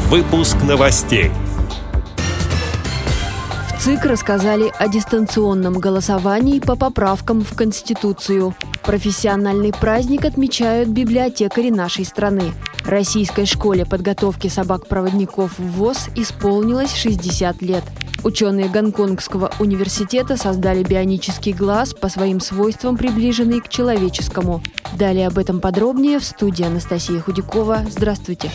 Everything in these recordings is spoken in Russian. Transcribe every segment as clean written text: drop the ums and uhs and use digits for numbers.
Выпуск новостей. В ЦИК рассказали о дистанционном голосовании по поправкам в Конституцию. Профессиональный праздник отмечают библиотекари нашей страны. Российской школе подготовки собак-проводников ВОС исполнилось 60 лет. Ученые Гонконгского университета создали бионический глаз, по своим свойствам приближенный к человеческому. Далее об этом подробнее в студии Анастасия Худякова. Здравствуйте.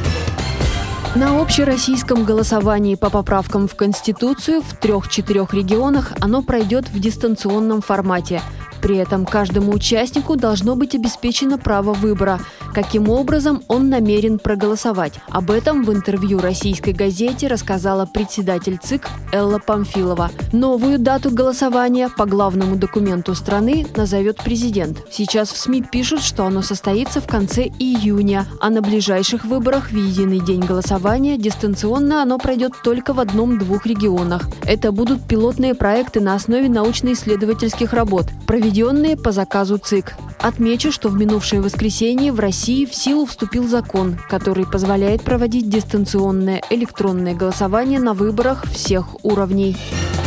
На общероссийском голосовании по поправкам в Конституцию в 3-4 регионах оно пройдет в дистанционном формате. При этом каждому участнику должно быть обеспечено право выбора, каким образом он намерен проголосовать. Об этом в интервью российской газете рассказала председатель ЦИК Элла Памфилова. Новую дату голосования по главному документу страны назовет президент. Сейчас в СМИ пишут, что оно состоится в конце июня, а на ближайших выборах в единый день голосования дистанционно оно пройдет только в 1-2 регионах. Это будут пилотные проекты на основе научно-исследовательских работ, проведенные по заказу ЦИК. Отмечу, что в минувшее воскресенье в России в силу вступил закон, который позволяет проводить дистанционное электронное голосование на выборах всех уровней.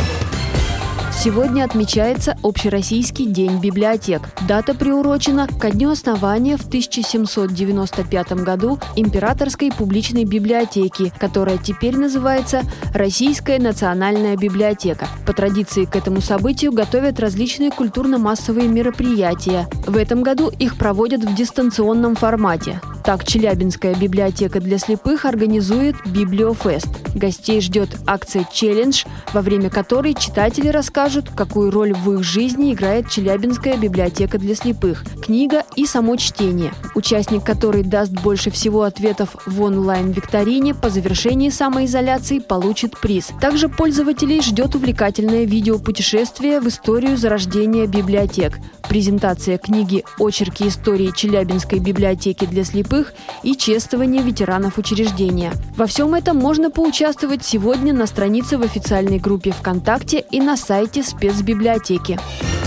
Сегодня отмечается Общероссийский день библиотек. Дата приурочена ко дню основания в 1795 году Императорской публичной библиотеки, которая теперь называется Российская национальная библиотека. По традиции к этому событию готовят различные культурно-массовые мероприятия. В этом году их проводят в дистанционном формате. Так, Челябинская библиотека для слепых организует Библиофест. Гостей ждет акция «Челлендж», во время которой читатели расскажут, какую роль в их жизни играет Челябинская библиотека для слепых, книга и само чтение. Участник, который даст больше всего ответов в онлайн-викторине, по завершении самоизоляции получит приз. Также пользователей ждет увлекательное видеопутешествие в историю зарождения библиотек, презентация книги «Очерки истории Челябинской библиотеки для слепых» и чествование ветеранов учреждения. Во всем этом можно поучаствовать сегодня на странице в официальной группе ВКонтакте и на сайте спецбиблиотеки.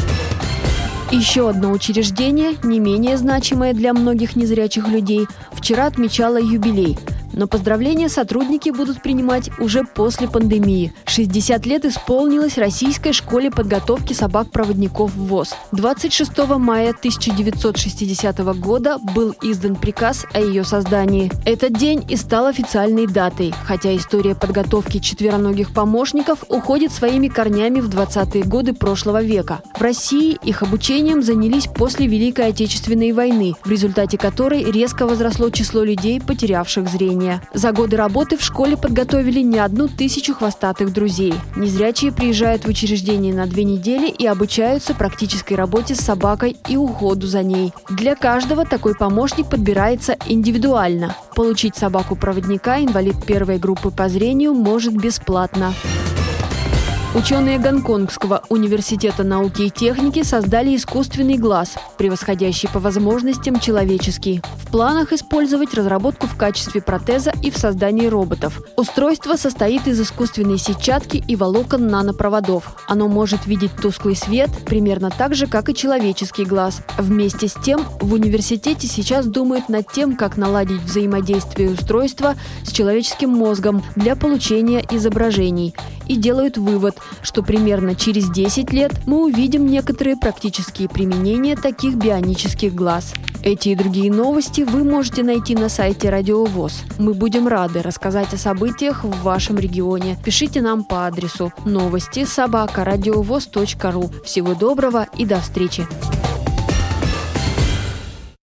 Еще одно учреждение, не менее значимое для многих незрячих людей, вчера отмечало юбилей. Но поздравления сотрудники будут принимать уже после пандемии. 60 лет исполнилось Российской школе подготовки собак-проводников ВОС. 26 мая 1960 года был издан приказ о ее создании. Этот день и стал официальной датой, хотя история подготовки четвероногих помощников уходит своими корнями в 20-е годы прошлого века. В России их обучением занялись после Великой Отечественной войны, в результате которой резко возросло число людей, потерявших зрение. За годы работы в школе подготовили не 1000 хвостатых друзей. Незрячие приезжают в учреждение на 2 недели и обучаются практической работе с собакой и уходу за ней. Для каждого такой помощник подбирается индивидуально. Получить собаку-проводника инвалид 1 группы по зрению может бесплатно. Ученые Гонконгского университета науки и техники создали искусственный глаз, превосходящий по возможностям человеческий. В планах использовать разработку в качестве протеза и в создании роботов. Устройство состоит из искусственной сетчатки и волокон нанопроводов. Оно может видеть тусклый свет примерно так же, как и человеческий глаз. Вместе с тем, в университете сейчас думают над тем, как наладить взаимодействие устройства с человеческим мозгом для получения изображений. И делают вывод, что примерно через 10 лет мы увидим некоторые практические применения таких бионических глаз. Эти и другие новости вы можете найти на сайте Радио ВОС. Мы будем рады рассказать о событиях в вашем регионе. Пишите нам по адресу новости@радиовос.ру. Всего доброго и до встречи!